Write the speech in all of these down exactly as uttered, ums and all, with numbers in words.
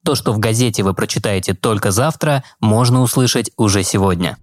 То, что в газете вы прочитаете только завтра, можно услышать уже сегодня.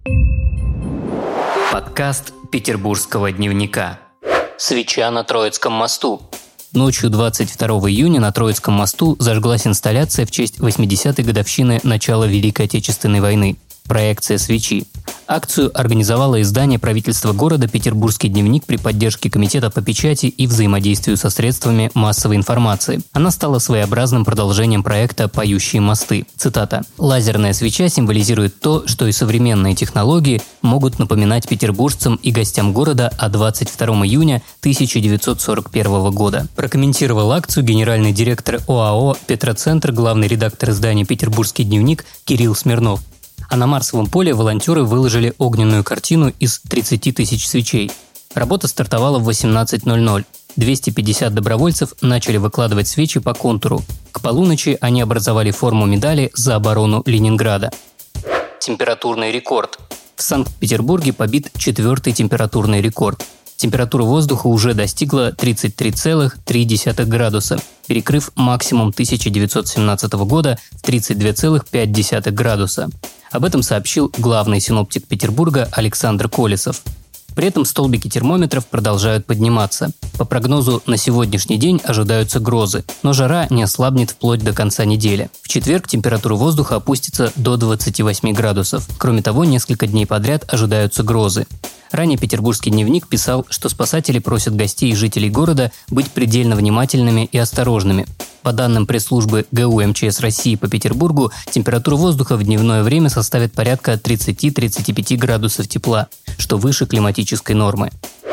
Подкаст Петербургского дневника. Свеча на Троицком мосту. Ночью двадцать второго июня на Троицком мосту зажглась инсталляция в честь восьмидесятой годовщины начала Великой Отечественной войны. Проекция свечи. Акцию организовало издание правительства города «Петербургский дневник» при поддержке Комитета по печати и взаимодействию со средствами массовой информации. Она стала своеобразным продолжением проекта «Поющие мосты». Цитата. «Лазерная свеча символизирует то, что и современные технологии могут напоминать петербуржцам и гостям города о двадцать второго июня тысяча девятьсот сорок первого года». Прокомментировал акцию генеральный директор ОАО «Петроцентр», главный редактор издания «Петербургский дневник» Кирилл Смирнов. А на Марсовом поле волонтеры выложили огненную картину из тридцати тысяч свечей. Работа стартовала в восемнадцать ноль ноль. двести пятьдесят добровольцев начали выкладывать свечи по контуру. К полуночи они образовали форму медали за оборону Ленинграда. Температурный рекорд. В Санкт-Петербурге побит четвертый температурный рекорд. Температура воздуха уже достигла тридцать три целых три десятых градуса, перекрыв максимум тысяча девятьсот семнадцатого года в тридцать два целых пять десятых градуса. Об этом сообщил главный синоптик Петербурга Александр Колесов. При этом столбики термометров продолжают подниматься. По прогнозу на сегодняшний день ожидаются грозы, но жара не ослабнет вплоть до конца недели. В четверг температура воздуха опустится до двадцати восьми градусов. Кроме того, несколько дней подряд ожидаются грозы. Ранее Петербургский дневник писал, что спасатели просят гостей и жителей города быть предельно внимательными и осторожными. По данным пресс-службы ГУ МЧС России по Петербургу, температура воздуха в дневное время составит порядка тридцати-тридцати пяти градусов тепла, что выше климатической нормы.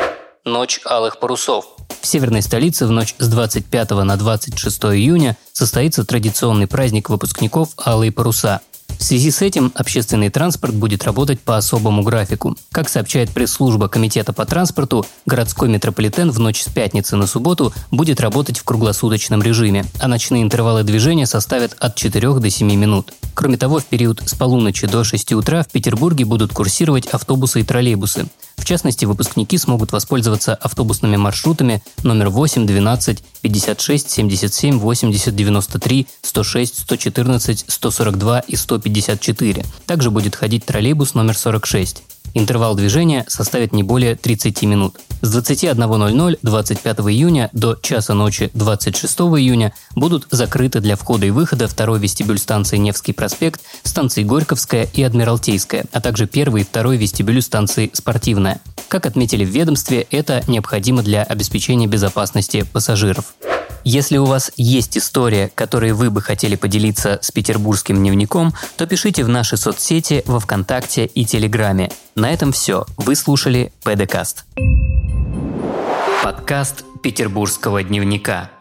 Ночь алых парусов. В северной столице в ночь с двадцать пятого на двадцать шестое июня состоится традиционный праздник выпускников «Алые паруса». В связи с этим общественный транспорт будет работать по особому графику. Как сообщает пресс-служба Комитета по транспорту, городской метрополитен в ночь с пятницы на субботу будет работать в круглосуточном режиме, а ночные интервалы движения составят от четырёх до семи минут. Кроме того, в период с полуночи до шести утра в Петербурге будут курсировать автобусы и троллейбусы. В частности, выпускники смогут воспользоваться автобусными маршрутами номер восемь, двенадцать, пятьдесят шесть, семьдесят семь, восемьдесят, девяносто три, сто шесть, сто четырнадцать, сто сорок два и сто пятьдесят четыре. Также будет ходить троллейбус номер сорок шесть. Интервал движения составит не более тридцати минут. С двадцати одного ноль ноль двадцать пятого июня до часа ночи двадцать шестого июня будут закрыты для входа и выхода второй вестибюль станции Невский проспект, станции Горьковская и Адмиралтейская, а также первый и второй вестибюль станции Спортивная. Как отметили в ведомстве, это необходимо для обеспечения безопасности пассажиров. Если у вас есть история, которой вы бы хотели поделиться с Петербургским дневником, то пишите в наши соцсети во ВКонтакте и Телеграме. На этом все. Вы слушали ПДКаст. Подкаст Петербургского дневника.